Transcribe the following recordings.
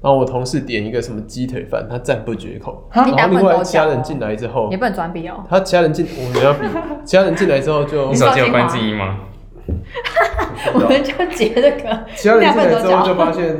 然后我同事点一个什么鸡腿饭，他赞不绝口。 然后另外其他人进来之后， 也不能转笔哦。 他其他人我们要比，其他人进来之后就你手机有关静音吗？ 我们就截这个。 其他人进来之后就发现。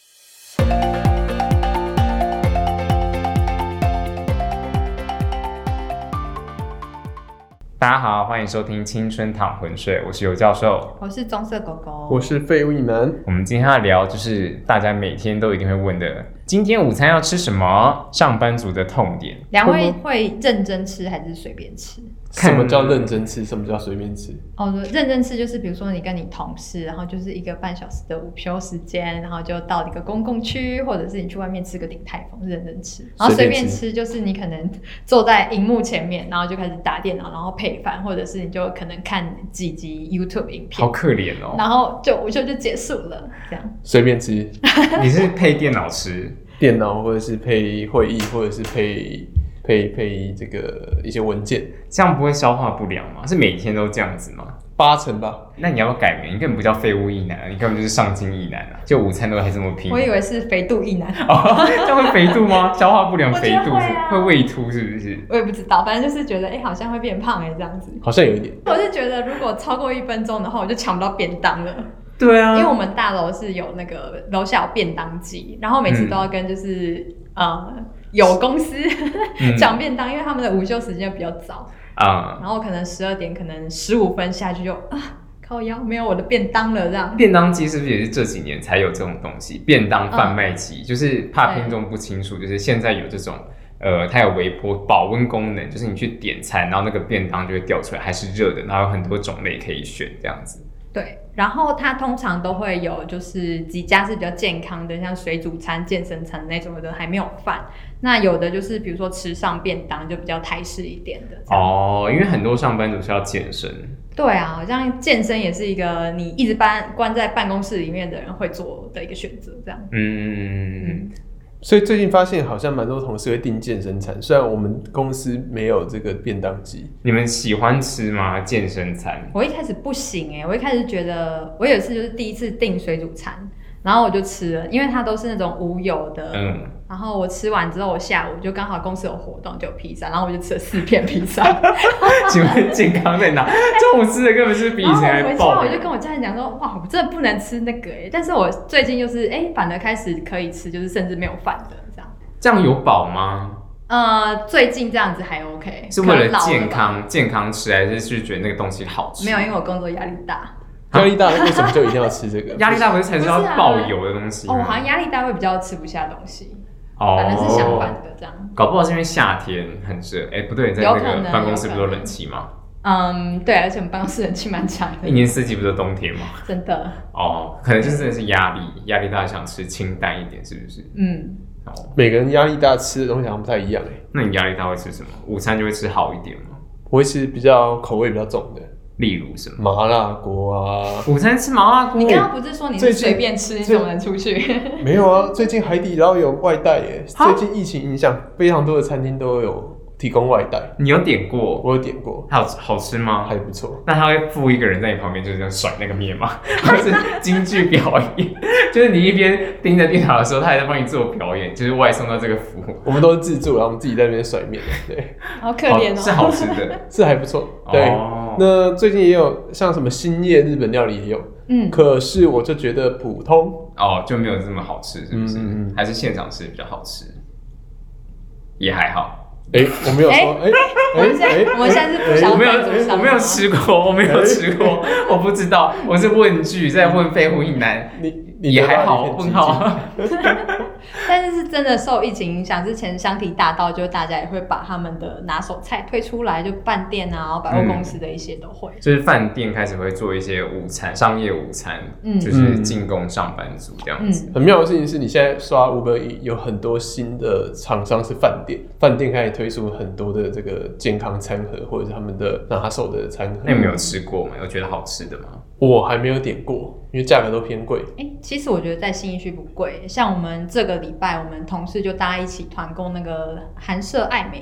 大家好，欢迎收听青春淌浑水，我是尤教授， 我是棕色狗狗， 我是废物一男。 我们今天要聊就是大家每天都一定会问的，今天午餐要吃什么？上班族的痛点。 两位会认真吃还是随便吃？ 什么叫认真吃？什么叫随便吃？ 哦，认真吃就是比如说你跟你同事，然后就是1个半小时的午休时间，然后就到一个公共区，或者是你去外面吃个鼎泰丰，认真吃。然后随便吃就是你可能坐在荧幕前面，然后就开始打电脑，然后配饭，或者是你就可能看几集 YouTube 影片。 好可怜哦。 然后就午休就结束了，这样。 随便吃。 你是配电脑吃？ 电脑或者是配会议，或者是配这个一些文件， 这样不会消化不良吗？是每天都这样子吗 ？80%吧。 那你要不要改名？你根本不叫废物一男，你根本就是上进一男啊！就午餐都还这么拼。 我以为是肥肚一男。 哦，这样会肥肚吗？消化不良肥肚会胃凸是不是？ 我也不知道，反正就是觉得好像会变胖这样子。 好像有一点。 我是觉得如果超过1分钟的话，我就抢不到便当了。 对啊， 因为我们大楼是有那个楼下有便当机，然后每次都要跟就是有公司抢便当，因为他们的午休时间比较早然后可能12点，可能15分下去就靠腰没有我的便当了这样。 便当机是不是也是这几年才有这种东西？便当贩卖机，就是怕听众不清楚，就是现在有这种它有微波保温功能，就是你去点餐，然后那个便当就会掉出来，还是热的，然后有很多种类可以选这样子。 对，然后它通常都会有就是几家是比较健康的，像水煮餐、健身餐那种的还没有饭。那有的就是比如说吃上便当就比较台式一点的因为很多上班族是要健身。 对啊，好像健身也是一个你一直关在办公室里面的人会做的一个选择这样。 所以最近发现好像蛮多同事会订健身餐，虽然我们公司没有这个便当机。 你们喜欢吃吗？健身餐？ 我一开始不行我一开始觉得，我有一次就是第一次订水煮餐，然后我就吃了，因为它都是那种无油的，然后我吃完之后，我下午就刚好公司有活动，就有披萨，然后我就吃了4片披萨。 请问健康在哪？中午吃的根本是比以前还爆。 我就跟我家人讲说，哇，我真的不能吃那个但是我最近就是反而开始可以吃，就是甚至没有饭的这样。 这样有饱吗？ 最近这样子还 OK， 是为了健康吃，还是觉得那个东西好吃？ 没有，因为我工作压力大。 压力大，为什么就一定要吃这个？ 压力大不是才是要爆油的东西吗？ 我好像压力大会比较吃不下东西。反正是相反的这样。 搞不好是因为夏天很热。不对，在那个办公室不是有冷气吗？ 对，而且我们办公室冷气蛮强的。 1年4季不是冬天吗？ 真的。 可能就真的是压力大，想吃清淡一点，是不是？ 每个人压力大吃的东西好像不太一样那你压力大会吃什么？午餐就会吃好一点吗？ 我会吃比较口味比较重的。 例如什么？ 麻辣锅啊！ 午餐吃麻辣锅？ 你刚刚不是说你是随便吃，你怎么能出去？ 没有啊，最近海底捞有外带最近疫情影响，非常多的餐厅都有提供外带。 你有点过？ 我有点过。 好吃吗？ 还不错。 那他会附一个人在你旁边，就是这样甩那个面吗？或是京剧表演？就是你一边盯着电脑的时候，他还在帮你做表演，就是外送到这个服务。 我们都是自助，然后我们自己在那边甩面。对， 好可怜是好吃的， 是还不错。对。那最近也有像什么兴业日本料理也有，可是我就觉得普通就没有这么好吃，是不是？还是现场吃比较好吃，也还好。 我没有说， 我们现在是不想我没有吃过，我不知道，我是问句在问废物一男，你也还好，问号。 但是真的受疫情影响，之前香缇大道就大家也会把他们的拿手菜推出来，就饭店啊、百货公司的一些都会。 就是饭店开始会做一些午餐，商业午餐，就是进贡上班族这样子。 很妙的事情是你现在刷 Uber Eats 有很多新的厂商是饭店开始推出很多的这个健康餐盒，或者是他们的拿手的餐盒。 那你没有吃过吗？有觉得好吃的吗？ 我还没有点过，因为价格都偏贵。 其实我觉得在信义区不贵，像我们这个礼拜，我们同事就大家一起团购那个韩舍爱美的，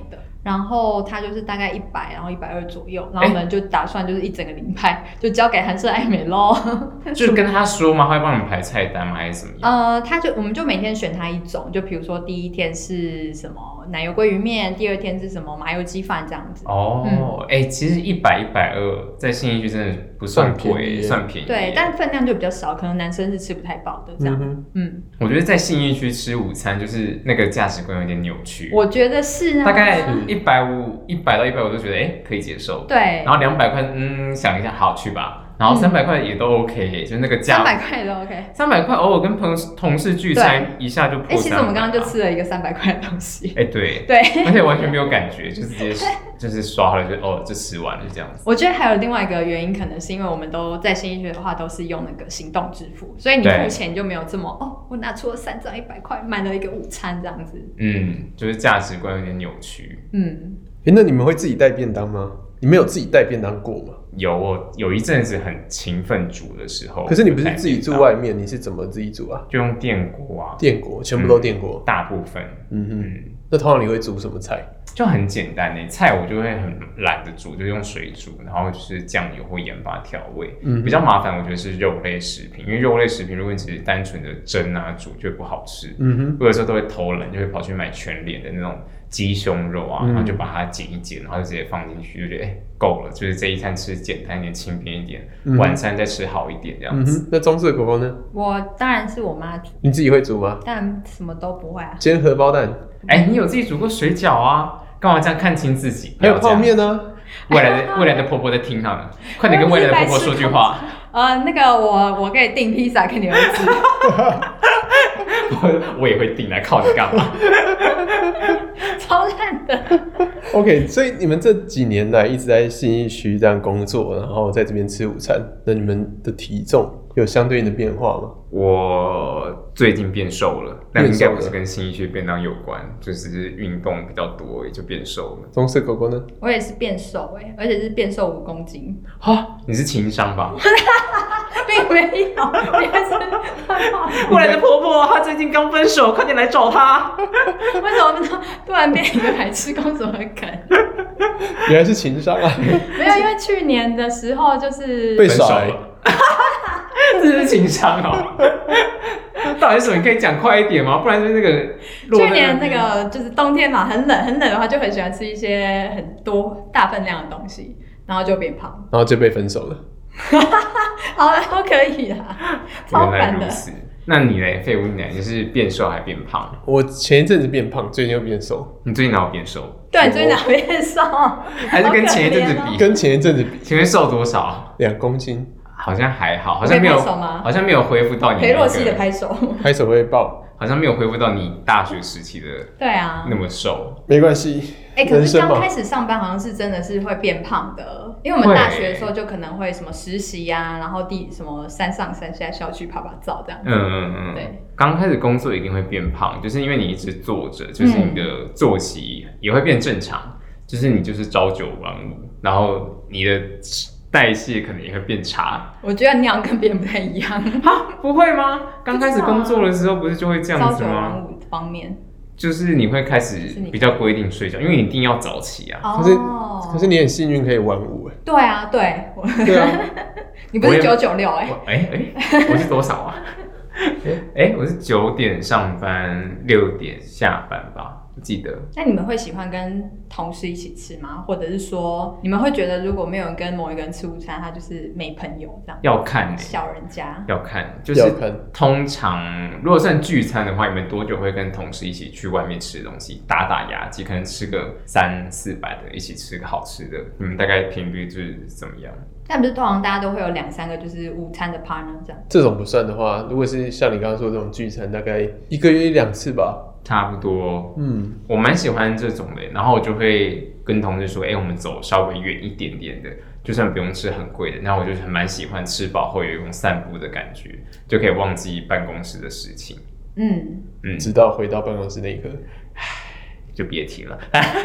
然后他就是大概100，然后120左右，然后我们就打算就是一整个零派就交给韩舍爱美咯。 就跟他说嘛，他会帮你们排菜单吗？还是怎么样？ 我们就每天选他一种，就比如说第一天是什么奶油鲑鱼面，第2天是什么麻油鸡饭这样子。 其实100、120在信义区真的不算贵，算便宜。 对，但分量就比较少，可能男生是吃不太饱的这样。 我觉得在信义区吃午餐就是那个价值观有点扭曲。 我觉得是啊， 大概100到150就觉得可以接受。 对， 然后200块，想一下，好去吧。然后300块也都 OK，就是那个价。 300块都 OK。 300块偶尔跟同事聚餐一下就破300。 其实我们刚刚就吃了一个300块的东西。 对， 对， 而且完全没有感觉，就直接就是刷了就吃完了就这样子。 我觉得还有另外一个原因，可能是因为我们都在信义区的话都是用那个行动支付，所以你付钱就没有这么我拿出了3张100块买了一个午餐这样子。 就是价值观有点扭曲。 那你们会自己带便当吗？你们有自己带便当过吗？ 有一阵子很勤奋煮的时候。 可是你不是自己住外面，你是怎么自己煮啊？ 就用电锅啊。 电锅全部都电锅， 大部分。 那通常你会煮什么菜？ 就很简单菜我就会很懒得煮，就用水煮，然后就是酱油或盐巴调味。比较麻烦我觉得是肉类食品，因为肉类食品如果你只是单纯的蒸啊煮就不好吃。我有时候都会偷懒，就会跑去买全联的那种鸡胸肉啊，然后就把它剪一剪，然后就直接放进去，就觉得够了，就是这一餐吃简单一点、轻便一点，晚餐再吃好一点这样子。 那中式的狗狗呢？ 我当然是我妈煮。 你自己会煮吗？ 但什么都不会啊。 煎荷包蛋。 你有自己煮过水饺啊？干嘛这样看清自己？ 还有泡面呢？ 未来的婆婆在听他们，快点跟未来的婆婆说句话。 那个我可以订披萨给你儿子。 我也会订来靠你干嘛？ 超烂的。 OK， 所以你们这几年来一直在信义区这样工作，然后在这边吃午餐，那你们的体重有相对应的变化吗？ 我最近变瘦了，但应该不是跟信义区便当有关，就是运动比较多，也就变瘦了。 棕色狗狗呢？ 我也是变瘦而且是变瘦5公斤。 你是情商吧？ 并没有， 未来的婆婆她最近刚分手，快点来找她。 为什么突然变一个白痴公主的梗？ 原来是情商啊！ 没有，因为去年的时候就是被甩。 这是情商到底是什么？你可以讲快一点吗？不然就是那个去年那个就是冬天嘛，很冷的话，就很喜欢吃一些很多大分量的东西，然后就变胖， 然后就被分手了。 好了，都可以啦，超烦的。 那你嘞，废物你是变瘦还变胖？ 我前一阵子变胖，最近又变瘦。 你最近哪有变瘦？ 对，你最近哪有变瘦？ 还是跟前一阵子比？ 跟前一阵子比， 前面瘦多少 ？2公斤。 好像还好，好像没有恢复到你裴洛西的拍手， 拍手会爆， 好像没有恢复到你大学时期的对啊那么瘦。 没关系， 可是刚开始上班好像是真的是会变胖的，因为我们大学的时候就可能会什么实习啊，然后什么山上山下校区跑照这样子。对，刚开始工作一定会变胖，就是因为你一直坐着，就是你的作息也会变正常，就是你就是朝9晚5，然后你的代谢可能也会变差。我觉得你好像跟别人不太一样。不会吗？刚开始工作的时候不是就会这样子吗？朝9晚5方面，就是你会开始比较规定睡觉，因为你一定要早起啊。 可是你很幸运可以晚5。 对啊，对。对啊。你不是996 我是多少啊？我是9点上班，6点下班吧。记得。那你们会喜欢跟同事一起吃吗？或者是说，你们会觉得如果没有跟某一个人吃午餐，他就是没朋友这样？要看小人家。要看，就是通常如果算聚餐的话，你们多久会跟同事一起去外面吃东西，打牙祭，可能吃个300-400的，一起吃个好吃的，你们大概频率是怎么样？但不是通常大家都会有2-3个就是午餐的 partner 这样？这种不算的话，如果是像你刚刚说这种聚餐，大概1个月1-2次吧。差不多，我蛮喜欢这种的，然后我就会跟同事说，我们走稍微远一点点的，就算不用吃很贵的，那我就蛮喜欢吃饱后有一种散步的感觉，就可以忘记办公室的事情，直到回到办公室那一刻，就别提了。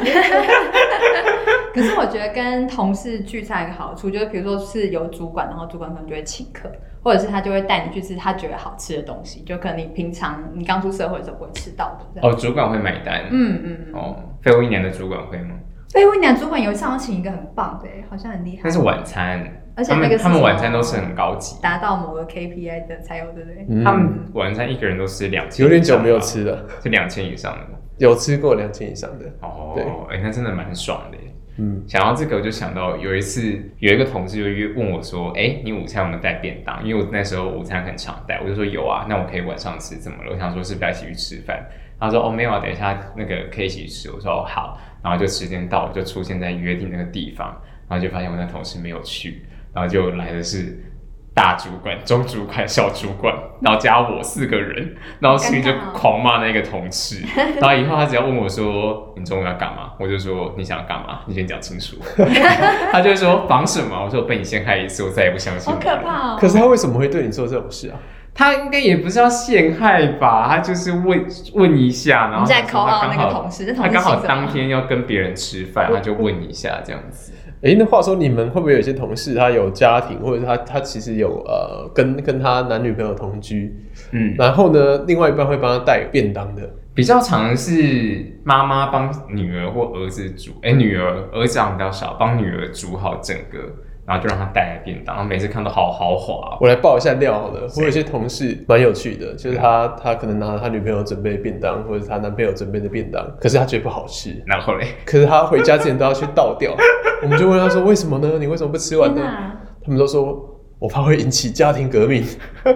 可是我觉得跟同事聚餐有一个好处，就是比如说是有主管，然后主管可能就会请客，或者是他就会带你去吃他觉得好吃的东西，就可能你平常你刚出社会的时候不会吃到的。主管会买单。废物1年的主管会吗？ 菲维尼亚主管有一次好像请一个很棒的，好像很厉害。 那是晚餐， 而且那个他们晚餐都是很高级， 达到某个 KPI 的才有，对不对？ 他们晚餐一个人都吃2000， 有点久没有吃了， 是2000以上的。 有吃过2000以上的。 哦， 对， 那真的蛮爽的。想到这个，我就想到有一次有一个同事就问我说：“你午餐有没有带便当？”因为我那时候午餐很常带，我就说有啊，那我可以晚上吃，怎么了？我想说是不是要一起去吃饭？他说：“哦，没有啊，等一下那个可以一起吃。”我说：“哦，好。”然后就时间到了，就出现在约定那个地方，然后就发现我那同事没有去，然后就来的是大主管、中主管、小主管，然后加我4个人，然后心里就狂骂那个同事。然后以后他只要问我说：“你中午要干嘛？”我就说：“你想要干嘛？你先讲清楚。”他就会说：“防什么？”我说：“我被你陷害一次，我再也不相信你。” 好可怕哦！ 可是他为什么会对你做这种事啊？ 他应该也不是要陷害吧，他就是问一下，然后你在口号那个同事， 他刚好当天要跟别人吃饭，他就问一下这样子。 那话说，你们会不会有一些同事他有家庭，或者他其实有跟他男女朋友同居，然后呢，另外一半会帮他带便当的？ 比较常是妈妈帮女儿或儿子煮，儿子比较少，帮女儿煮好整个。然后就让他带来便当，然后每次看都好豪华。我来爆一下料好了，我有些同事蛮有趣的，就是他可能拿他女朋友准备的便当，或者是他男朋友准备的便当，可是他觉得不好吃， 然后嘞， 可是他回家之前都要去倒掉。我们就问他说：“为什么呢？你为什么不吃完呢？”他们都说：“我怕会引起家庭革命。”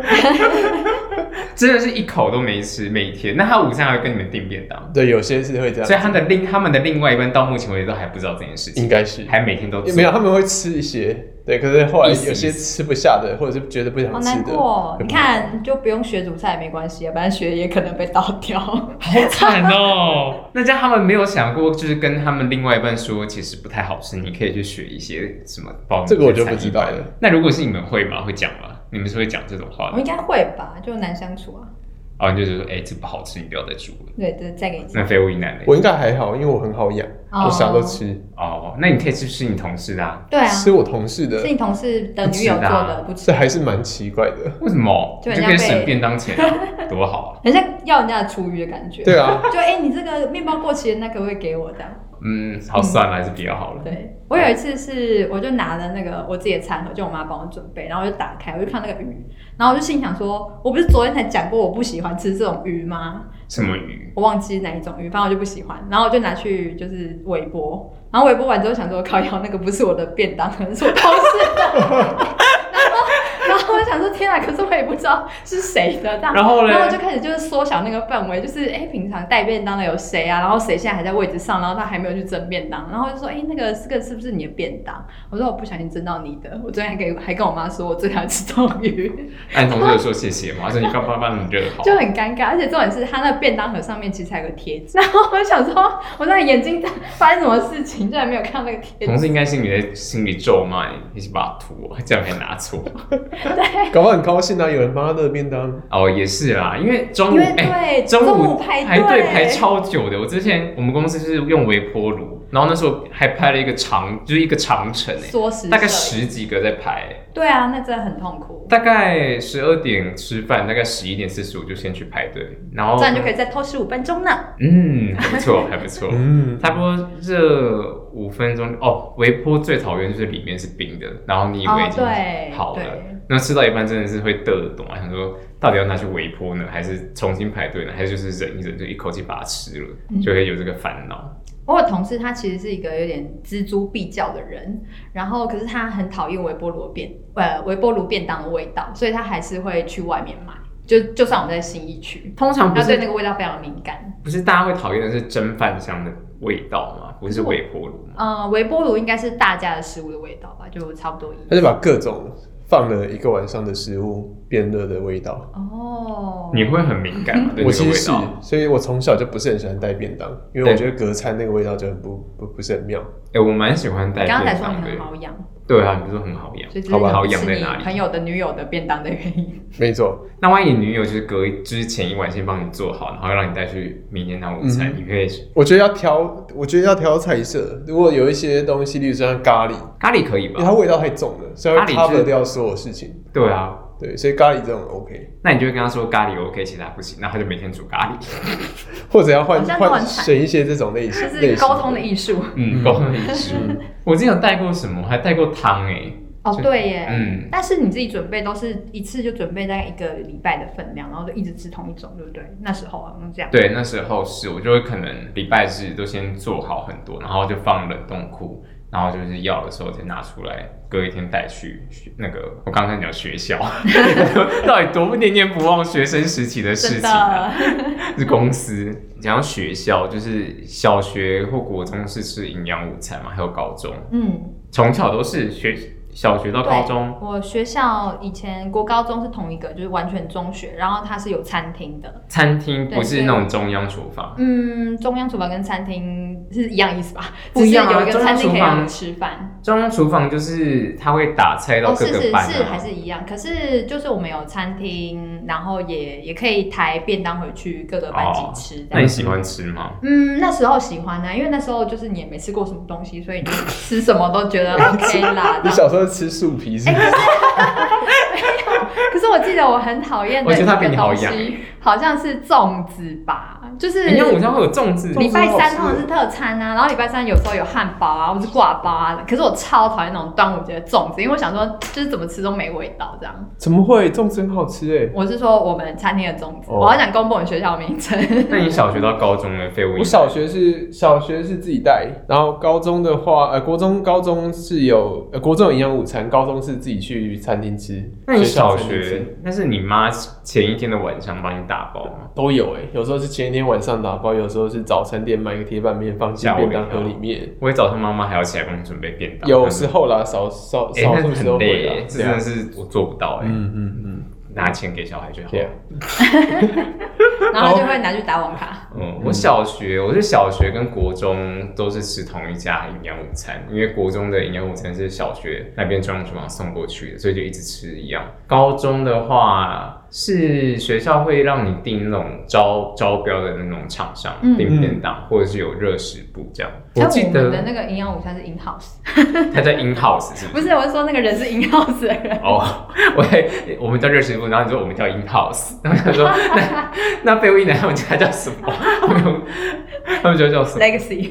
真的是一口都没吃，每天。那他午餐还会跟你们订便当？ 对，有些是会这样。 所以他们的另外一半到目前为止都还不知道这件事情， 应该是还每天都没有，他们会吃一些。对，可是后来有些吃不下的，或者是觉得不想吃的。 好难过，你看就不用学煮菜也没关系，反正学也可能被倒掉。 好惨哦！那这样他们没有想过，就是跟他们另外一半说，其实不太好吃，你可以去学一些什么包。 这个我就不知道了。 那如果是你们会吗？会讲吗？你们是会讲这种话的？ 我应该会吧，就难相处啊。 你就说，这不好吃，你不要再煮了。 对，再给你。 那非物一男的， 我应该还好，因为我很好养，我啥都吃。 那你可以吃你同事的啊。 对啊， 吃我同事的， 是你同事的女友做的，不吃。 这还是蛮奇怪的。 为什么？就可以省便当钱，多好啊！ 很像要人家的厨余的感觉。 对啊， 就你这个面包过期了，那可不可以给我这样？ 好，算了，还是比较好了。 对，我有一次是，我就拿了那个我自己的餐盒，就我妈帮我准备，然后我就打开，我就看那个鱼，然后我就心想说，我不是昨天才讲过我不喜欢吃这种鱼吗？ 什么鱼？ 我忘记哪一种鱼，反正我就不喜欢，然后我就拿去就是微波，然后微波完之后想说，靠腰那个不是我的便当，可能是我同事的。然后我想说，天啊！可是我也不知道是谁的，这样。然后我就开始就是缩小那个范围，就是平常带便当的有谁啊？然后谁现在还在位置上？然后他还没有去蒸便当，然后就说，那个这个是不是你的便当？我说我不小心蒸到你的。我昨天还跟我妈说，我最讨厌吃这种鱼。 你同事有说谢谢吗？说你干嘛帮你热好？ 就很尴尬，而且重点是他那个便当盒上面其实还有个贴纸，然后我想说，我那眼睛发生什么事情，居然没有看到那个贴纸。 同事应该心里咒骂你，一起把它涂，这样还拿错。 对， 搞不好很高兴啊，有人帮他热便当。 也是啦，因为中午排队排超久的。我们公司是用微波炉，然后那时候还排了一个长程大概10几个在排。 对啊，那真的很痛苦。 大概12点吃饭，大概11点45就先去排队，然后这样就可以再偷15分钟呢。 还不错，还不错。差不多热5分钟。微波最讨厌就是里面是冰的，然后你以为已经好了，那吃到一半真的是会得懂啊，想说到底要拿去微波呢，还是重新排队呢，还是就是忍一忍就一口气把它吃了，就会有这个烦恼。 我有同事，他其实是一个有点锱铢必较的人，然后可是他很讨厌微波炉便当的味道，所以他还是会去外面买。就算我们在信义区， 通常不是他对那个味道非常敏感。 不是大家会讨厌的是蒸饭香的味道吗？不是微波炉吗？ 微波炉应该是大家的食物的味道吧，就差不多一样。 他就把各种放了一个晚上的食物变热的味道。 你会很敏感吗？对那个味道？ 我其实是，所以我从小就不是很喜欢带便当，因为我觉得隔餐那个味道就不是很妙。 我蛮喜欢带便当的。 刚才说你很好养。 对啊，你不是说很好养， 好吧？ 好养在哪里？ 朋友的女友的便当的原因。 没错。 那万一你女友就是之前一晚先帮你做好，然后让你带去明天当午餐，你可以？ 我觉得要挑菜色。如果有一些东西，例如像咖喱可以吧？ 因为它味道太重了，所以它 cover 掉所有事情。 对啊， 对，所以咖喱这种 OK， 那你就会跟他说咖喱 OK， 其他不行，那他就每天煮咖喱， 或者要选一些这种类型， 就是沟通的艺术。 沟通的艺术。我之前有带过什么？我还带过汤哦，对耶，但是你自己准备都是一次就准备大概1个礼拜的分量，然后就一直吃同一种，对不对？那时候这样。 对，那时候是我就会可能礼拜日都先做好很多，然后就放冷冻库，然后就是要的时候再拿出来，隔一天带去那个我刚刚讲学校，到底多念念不忘学生时期的事情啊？是公司讲到学校，就是小学或国中是吃营养午餐嘛，还有高中，从小都是小学到高中， 我学校以前国高中是同一个，就是完全中学，然后它是有餐厅的。 餐厅不是那种中央厨房。 中央厨房跟餐厅是一样意思吧？ 不一样啊， 只是有一个餐厅可以让你吃饭。 中央厨房就是它会打菜到各个班是还是一样。可是就是我们有餐厅，然后也可以抬便当回去各个班级吃。 那你喜欢吃吗？ 那时候喜欢啊，因为那时候就是你也没吃过什么东西，所以你吃什么都觉得 OK 啦。 你小时候吃树皮是不是？ 没有。可是我记得我很讨厌的一个东西，好像是粽子吧，就是营养午餐会有粽子。 礼拜三通常是特餐啊，然后礼拜三有时候有汉堡啊，或是挂包啊。可是我超讨厌那种端午节的粽子，因为我想说就是怎么吃都没味道这样。 怎么会？粽子很好吃我是说我们餐厅的粽子，我要想公布我们学校的名称。 那你小学到高中的废物？ 我小学是自己带，然后高中的话，国中、高中是有国中有营养午餐，高中是自己去餐厅吃。 那你小学那是你妈前一天的晚上帮你打包吗？ 都有有时候是前一天晚上打包，有时候是早餐店买个铁板面放进便当盒里面。 我早上妈妈还要起来帮你准备便当。 有时候啦，少数时候会啦。 这真的是我做不到拿钱给小孩就好了。 然后就会拿去打网卡。 我是小学跟国中都是吃同一家营养午餐，因为国中的营养午餐是小学那边中央厨房送过去的，所以就一直吃一样。高中的话是学校会让你订那种招标的那种厂商订便当，或者是有热食部这样。我记得我们的那个营养午餐是 in house， 它在 in house 是不是？ 不是，我是说那个人是 in house 的人。 我们叫热食部，然后你说我们叫 in house， 然后他说那废物一男他们家叫什么？他们家叫什么 ？Legacy。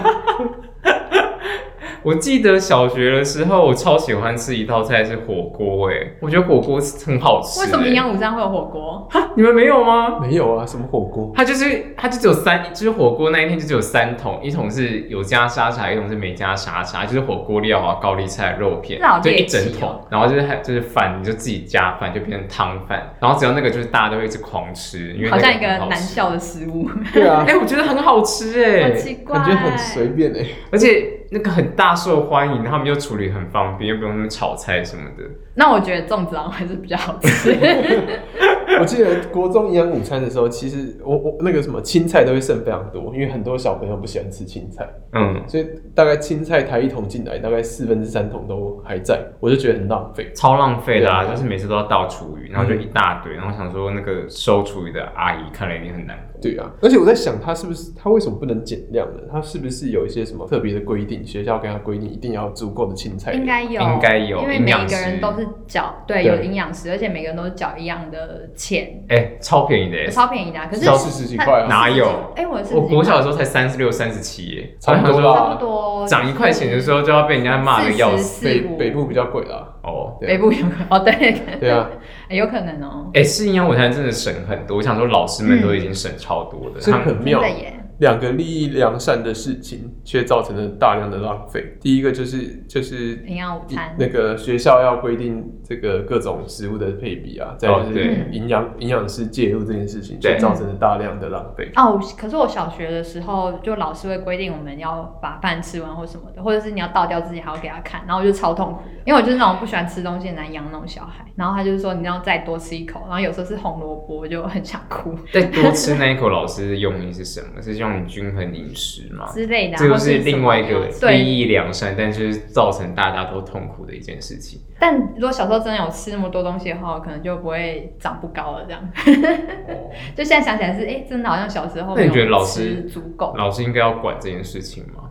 我记得小学的时候，我超喜欢吃一道菜是火锅，我觉得火锅很好吃。 为什么营养午餐会有火锅？ 你们没有吗？ 没有啊，什么火锅？ 它就只有就是火锅那一天就只有3桶，一桶是有加沙茶，一桶是没加沙茶，就是火锅料啊、高丽菜、肉片，就一整桶。然后就是饭，你就自己加饭，就变成汤饭。然后只要那个就是大家都会一直狂吃，因为好像一个难笑的食物。 对啊， 我觉得很好吃好奇怪， 感觉很随便而且那个很大受欢迎，他们又处理很方便，又不用那么炒菜什么的。 那我觉得粽子还是比较好吃。 我记得国中营养午餐的时候，其实我那个什么青菜都会剩非常多，因为很多小朋友不喜欢吃青菜，所以大概青菜抬一桶进来，大概3/4桶都还在，我就觉得很浪费， 超浪费的啊！就是每次都要倒厨余，然后就一大堆，然后想说那个收厨余的阿姨看了一定很难过。 对啊，而且我在想，他为什么不能减量呢？他是不是有一些什么特别的规定？学校跟他规定一定要足够的青菜？ 应该有， 因为每个人都是缴有营养师，而且每个人都是缴一样的钱。 超便宜的超便宜的，可是 40几块哪有？ 我国小的时候才36、37 差不多涨1块钱的时候就要被人家骂的要死。 北部比较贵啦。 北部有对啊， 有可能哦。 吃营养午餐真的省很多，我想说老师们都已经省超多的， 这很妙。 真的耶。 2个利益良善的事情，却造成了大量的浪费。第一个就是营养午餐， 那个学校要规定这个各种食物的配比啊，再就是营养师介入这件事情，却造成了大量的浪费。 可是我小学的时候，就老师会规定我们要把饭吃完或什么的，或者是你要倒掉自己还要给他看，然后我就超痛苦的，因为我就是那种不喜欢吃东西的难养那种小孩。然后他就是说你要再多吃一口，然后有时候是红萝卜，我就很想哭。 再多吃那一口，老师的用意是什么？是让你均衡饮食吗？ 之类的， 这就是另外一个利益良善，但就是造成大家都痛苦的一件事情。 但如果小时候真的有吃那么多东西的话，可能就不会长不高了这样。就现在想起来是，真的好像小时候没有吃足够。 老师应该要管这件事情吗？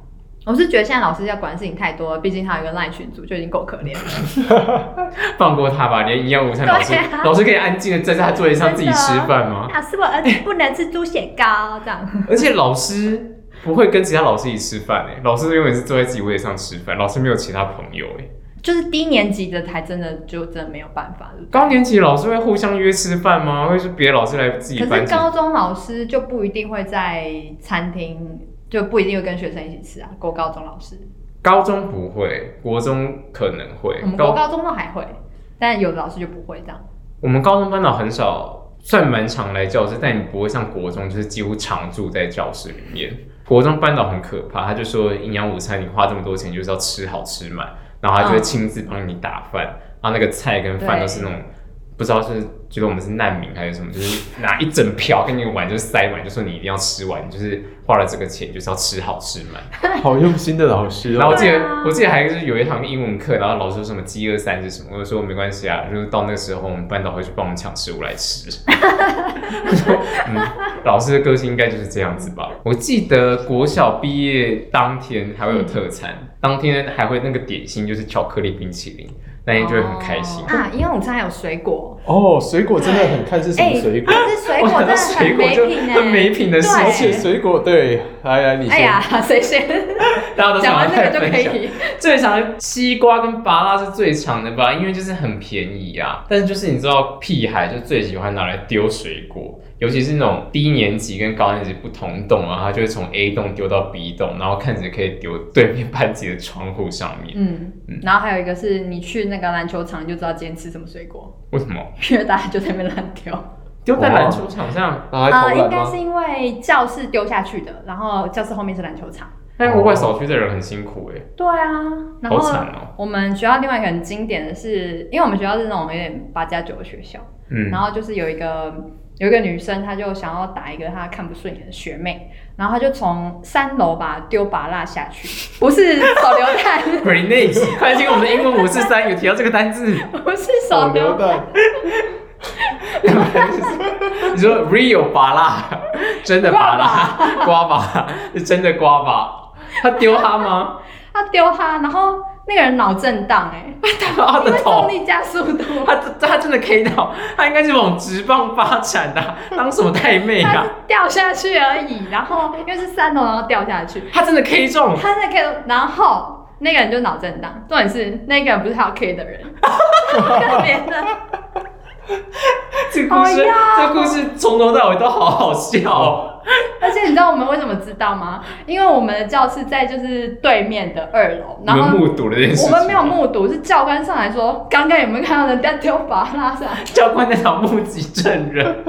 我是觉得现在老师要管的事情太多了，毕竟他有一个LINE群组就已经够可怜了。 放过他吧，连营养午餐老师可以安静的站在他座位上自己吃饭吗？ 老师，我儿子不能吃猪血糕这样。 而且老师不会跟其他老师一起吃饭老师永远是坐在自己位置上吃饭，老师没有其他朋友就是低年级的才真的没有办法。 高年级老师会互相约吃饭吗？会是别的老师来自己班级？ 可是高中老师就不一定会在餐厅，就不一定会跟学生一起吃啊。国高中老师， 高中不会，国中可能会。 我们国高中都还会，但有的老师就不会这样。 我们高中班导很少，算蛮常来教室，但你不会像国中，就是几乎常住在教室里面。国中班导很可怕，他就说营养午餐你花这么多钱就是要吃好吃满。然后他就会亲自帮你打饭，然后那个菜跟饭都是那种不知道是觉得我们是难民还是什么，就是拿一整瓢跟你碗就塞满，就说你一定要吃完，就是花了这个钱就是要吃好吃满。 好用心的老师然后我记得还是有一堂英文课，然后老师说什么饥饿3是什么，我就说没关系啊，就是到那个时候我们班导会去帮我们抢食物来吃。我说老师的个性应该就是这样子吧。我记得国小毕业当天还会有特餐，当天还会那个点心就是巧克力冰淇淋，那天就会很开心啊。营养午餐还有水果水果真的很看是什么水果。 但是水果真的很没品很没品的事情。 而且水果对，来你先。 哎呀，谁先？ 大家都讲完这个就可以。 最常的西瓜跟芭乐是最常的吧，因为就是很便宜啊。但是就是你知道，屁孩就最喜欢拿来丢水果。尤其是那种低年级跟高年级不同栋啊，他就会从 A 栋丢到 B 栋，然后看着可以丢对面班级的窗户上面。 然后还有一个是你去那个篮球场，你就知道今天吃什么水果。 为什么？ 因为大家就在那边乱丢。 丢在篮球场上应该是因为教室丢下去的，然后教室后面是篮球场。 但国外扫区的人很辛苦对啊，然后好惨我们学校另外一个很经典的是，因为我们学校是那种有点8+9的学校，然后就是有一个女生，她就想要打一个她看不顺眼的学妹，然后她就从3楼吧丢芭乐下去，不是手榴弹。 Grenade， 快听我们的英文543有提到这个单字， 不是手榴弹。 你说 real 芭乐，真的芭乐，瓜芭是真的瓜芭。他丢他吗？ 他丢他，然后那个人脑震荡他的头， 重力加速度， 他真的 K 到，他应该是往直棒发展的，当什么太妹啊？ 他掉下去而已，然后因为是3楼，然后掉下去， 他真的 K 中， 他真的 K 中，然后那个人就脑震荡，重点是那个人不是他要 K 的人，可怜的。 这故事从头到尾都好好笑而且你知道我们为什么知道吗？因为我们的教室在就是对面的2楼，然后我们目睹了这件事情。 我们没有目睹，是教官上来说，刚刚有没有看到人家丢芭乐上来？ 教官在场目击证人。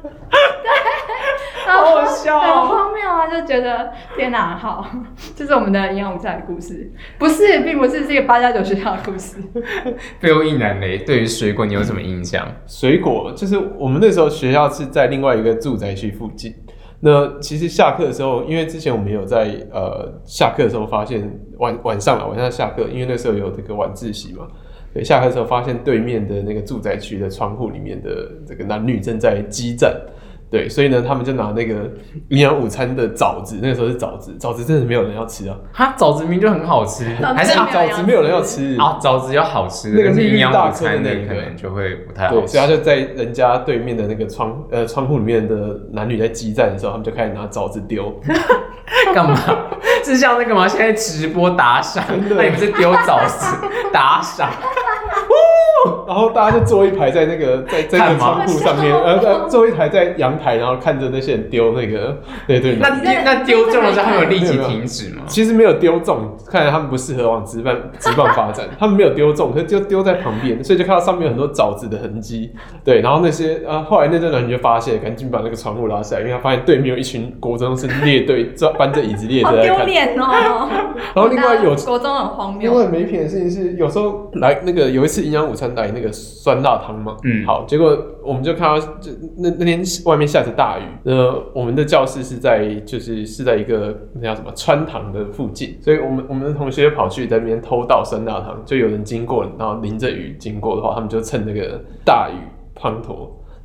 对，好好笑很荒谬啊！就觉得天哪，好，这是我们的营养午餐的故事，并不是这个8+9学校的故事。 非欧一男雷，对于水果你有什么印象？ 水果就是我们那时候学校是在另外一个住宅区附近。那其实下课的时候，因为之前我们有在下课的时候发现晚上下课，因为那时候有这个晚自习嘛，对，下课的时候发现对面的那个住宅区的窗户里面的这个男女正在激战。对，所以呢，他们就拿那个营养午餐的枣子，那个时候是枣子真的没有人要吃啊！ 哈，枣子明明就很好吃，还是枣子没有人要吃啊？枣子要好吃的， 那个营养午餐的可能就会不太好吃。 对，所以他就在人家对面的那个窗户里面的男女在激战的时候，他们就开始拿枣子丢。 干嘛？是像那个吗？现在直播打赏，那你们是丢枣子打赏？ 然后大家就坐一排在那个在那个窗户上面，坐一排在阳台，然后看着那些人丢那个，对。 那丢中了之后，他们有立即停止吗？ 其实没有丢中，看来他们不适合往直棒发展。他们没有丢中，可是就丢在旁边，所以就看到上面有很多枣子的痕迹。对，然后那些后来那阵人就发现，赶紧把那个窗户拉下来，因为他发现对面有一群国中生列队搬着椅子列队在看。 好丢脸哦！ 然后另外国中很荒谬。 另外没品的事情是，有时候来那个有一次营养午餐来那个酸辣汤嘛，好，结果我们就看到那天外面下着大雨，我们的教室是在一个那叫什么穿堂的附近，所以我们的同学跑去在那边偷倒酸辣汤，就有人经过，然后淋着雨经过的话，他们就趁那个大雨滂沱，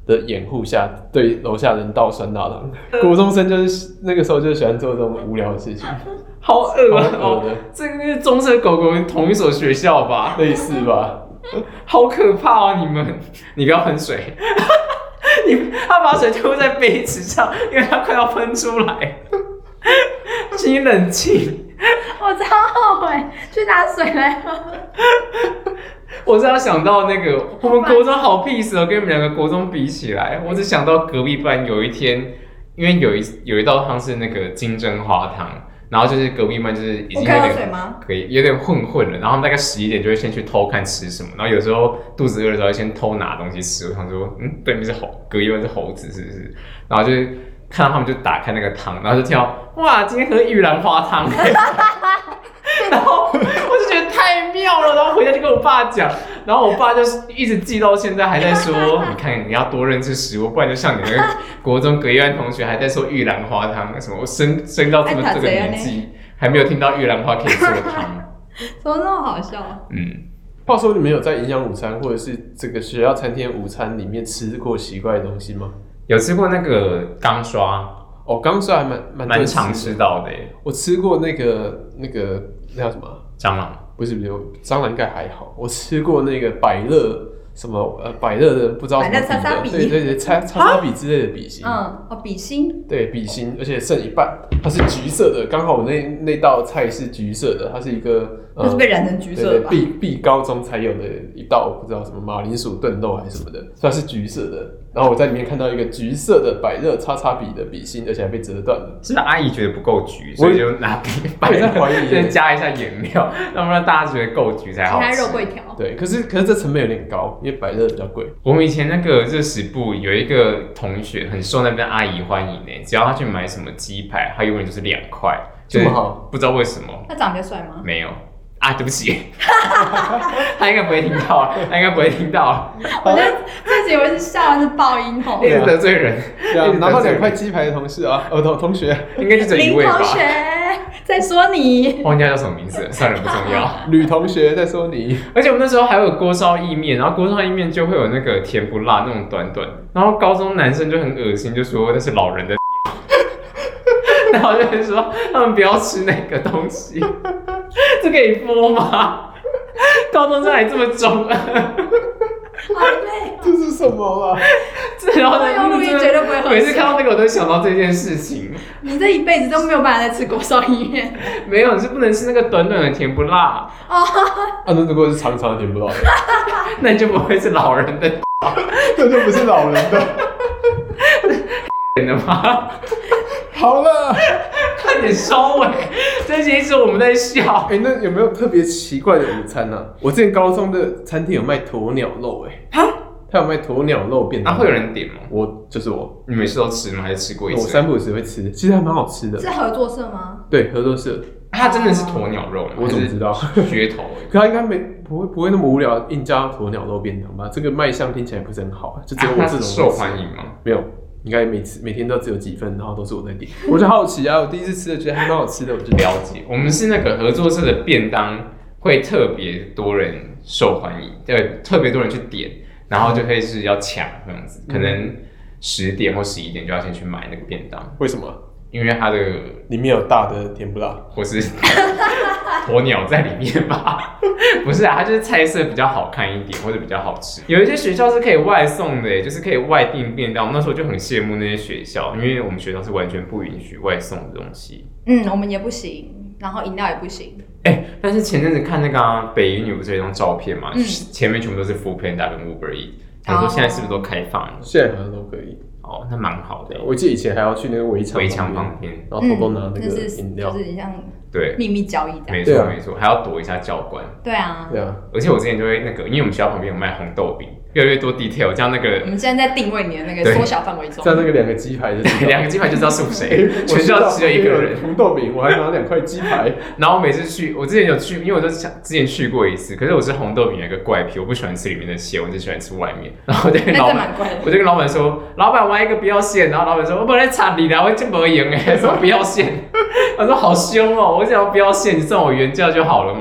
的掩护下，对楼下人倒酸辣汤。国中生就是那个时候就喜欢做这种无聊的事情， 好恶哦！ 这跟棕色狗狗同一所学校吧？ 类似吧？ 好可怕哦！你不要喷水，他把水丢在杯子上，因为他快要喷出来。请你冷静。 我超后悔去拿水来喝。 我只要想到那个我们国中好 peace 哦，跟你们两个国中比起来，我只想到隔壁班有一天，因为有一道汤是那个金针花汤，然后就是隔壁班就是已经有点水吗？ 可以有点混了，然后他们大概11点就会先去偷看吃什么，然后有时候肚子饿的时候会先偷拿东西吃。我想说，对面是隔壁班是猴子是不是？然后就是看到他们就打开那个汤，然后就听到哇，今天喝玉兰花汤。然后我就觉得太妙了，然后回家就跟我爸讲，然后我爸就是一直记到现在，还在说，你看你要多认识食物，不然就像你那个国中隔壁班同学还在说玉兰花汤什么，我升到这个年纪，还没有听到玉兰花可以做汤， 怎么那么好笑？ 话说你们有在营养午餐或者是这个学校餐厅午餐里面吃过奇怪的东西吗？ 有吃过那个钢刷。 哦，钢刷还蛮常吃到的耶。 我吃过那个那叫什么蟑螂？ 不是，蟑螂应该还好。我吃过那个百乐什么百乐的不知道什么笔的， 百乐叉叉笔， 对，叉叉笔之类的笔芯。 笔芯。对， 笔芯，而且剩一半，它是橘色的，刚好我那道菜是橘色的，它是一个就是被染成橘色的吧？ 必高中才有的一道，不知道什么马铃薯炖肉还是什么的，所以它是橘色的。然后我在里面看到一个橘色的百乐叉叉笔的笔芯，而且还被折断了。 是不是阿姨觉得不够橘，所以就拿百乐再加一下颜料，让大家觉得够橘才好吃。 还肉桂条。 对，可是这成本有点高，因为百乐比较贵。 我们以前那个热食部有一个同学很受那边阿姨欢迎呢，只要他去买什么鸡排，他永远就是2块， 这么好， 不知道为什么。 他长得比较帅吗？ 没有。对不起，他应该不会听到， 我觉得自己以为是笑还是爆音吼， 一直得罪人。 拿到2块鸡排的同事啊，同学应该就只有一位吧。 林同学在说你， 忘记他叫什么名字了，算了，不重要。 吕同学在说你。 而且我们那时候还有锅烧意面，然后锅烧意面就会有那个甜不辣那种短，然后高中男生就很恶心，就说那是老人的。然后就会说他们不要吃那个东西。这可以播吗？高中生还这么中二， 好累。 这是什么啦？ 然后录音绝对不会喝。 每次看到那个我都想到这件事情。 你这一辈子都没有办法再吃锅烧意面。 没有，你是不能吃那个短的甜不辣。 那如果是长的甜不辣的， 那就不会是老人的。 那就不是老人的。 人的吗？ 好了。 快点收尾，这集是我们在笑。 那有没有特别奇怪的午餐呢？我之前高中的餐厅有卖鸵鸟肉，他有卖鸵鸟肉便当。 会有人点吗？ 就是我。 你每次都吃吗？还是吃过一次？ 我3不5时会吃，其实还蛮好吃的。 是合作社吗？ 对，合作社。 它真的是鸵鸟肉吗？ 我怎么知道？ 噱头。 可他应该不会那么无聊，硬加鸵鸟肉便当吧？这个卖相听起来不是很好，就只有我这种。 受欢迎吗？ 没有。应该每天都只有几份，然后都是我在点。我就好奇啊，我第一次吃的觉得还蛮好吃的，我就了解。我们是那个合作社的便当会特别多人受欢迎，特别多人去点，然后就会是要抢这样子，可能10点或11点就要先去买那个便当。 为什么？ 因为它的里面有大的甜不辣，或是鸵鸟在里面吧？不是啊，它就是菜色比较好看一点，或者比较好吃。有一些学校是可以外送的，就是可以外订便当。我那时候就很羡慕那些学校，因为我们学校是完全不允许外送的东西。 我们也不行，然后饮料也不行。 但是前阵子看那个北一女不是有一张照片嘛，前面全部都是 Foodpanda 跟 Uber Eats， 想说现在是不是都开放了？ 现在好像都可以。 那蛮好的。 我记得以前还要去那个围墙旁边， 然后偷偷拿那个饮料， 就是像对秘密交易的。 没错没错，还要躲一下教官。 对啊。 而且我之前就会因为我们学校旁边有卖红豆饼，越来越多 detail， 这样那个我们现在在定位你的那个缩小范围中， 像那个2个鸡排的 ，2个鸡排就知道是谁，全校只有1个人。 红豆饼，我还拿2块鸡排。 然后每次去，我之前有去，因为我之前去过一次，可是我吃红豆饼有一个怪癖，我不喜欢吃里面的馅，我只喜欢吃外面。然后我就跟老板说，老板我要一个不要馅，然后老板说，我本来查你啦，我就没赢说不要馅，他说好凶哦，我想要不要馅，你送我原价就好了嘛。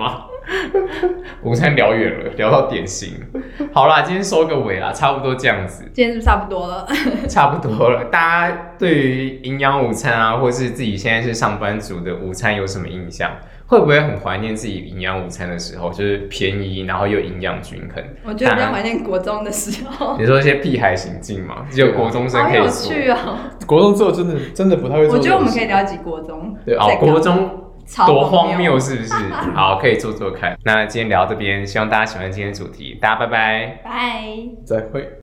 午餐聊远了，聊到点心。好啦，今天收个尾啦，差不多这样子。 今天是不是差不多了？ 差不多了。大家对于营养午餐啊，或是自己现在是上班族的午餐有什么印象？会不会很怀念自己营养午餐的时候，就是便宜，然后又营养均衡？ 我觉得比较怀念国中的时候。 你说一些屁孩行径嘛，只有国中生可以做。 好有趣哦！ 国中之后真的不太会做。 我觉得我们可以聊几国中。 对哦，国中多荒谬是不是？好，可以做做看。那今天聊到这边，希望大家喜欢今天的主题，大家拜拜。 拜。 再会。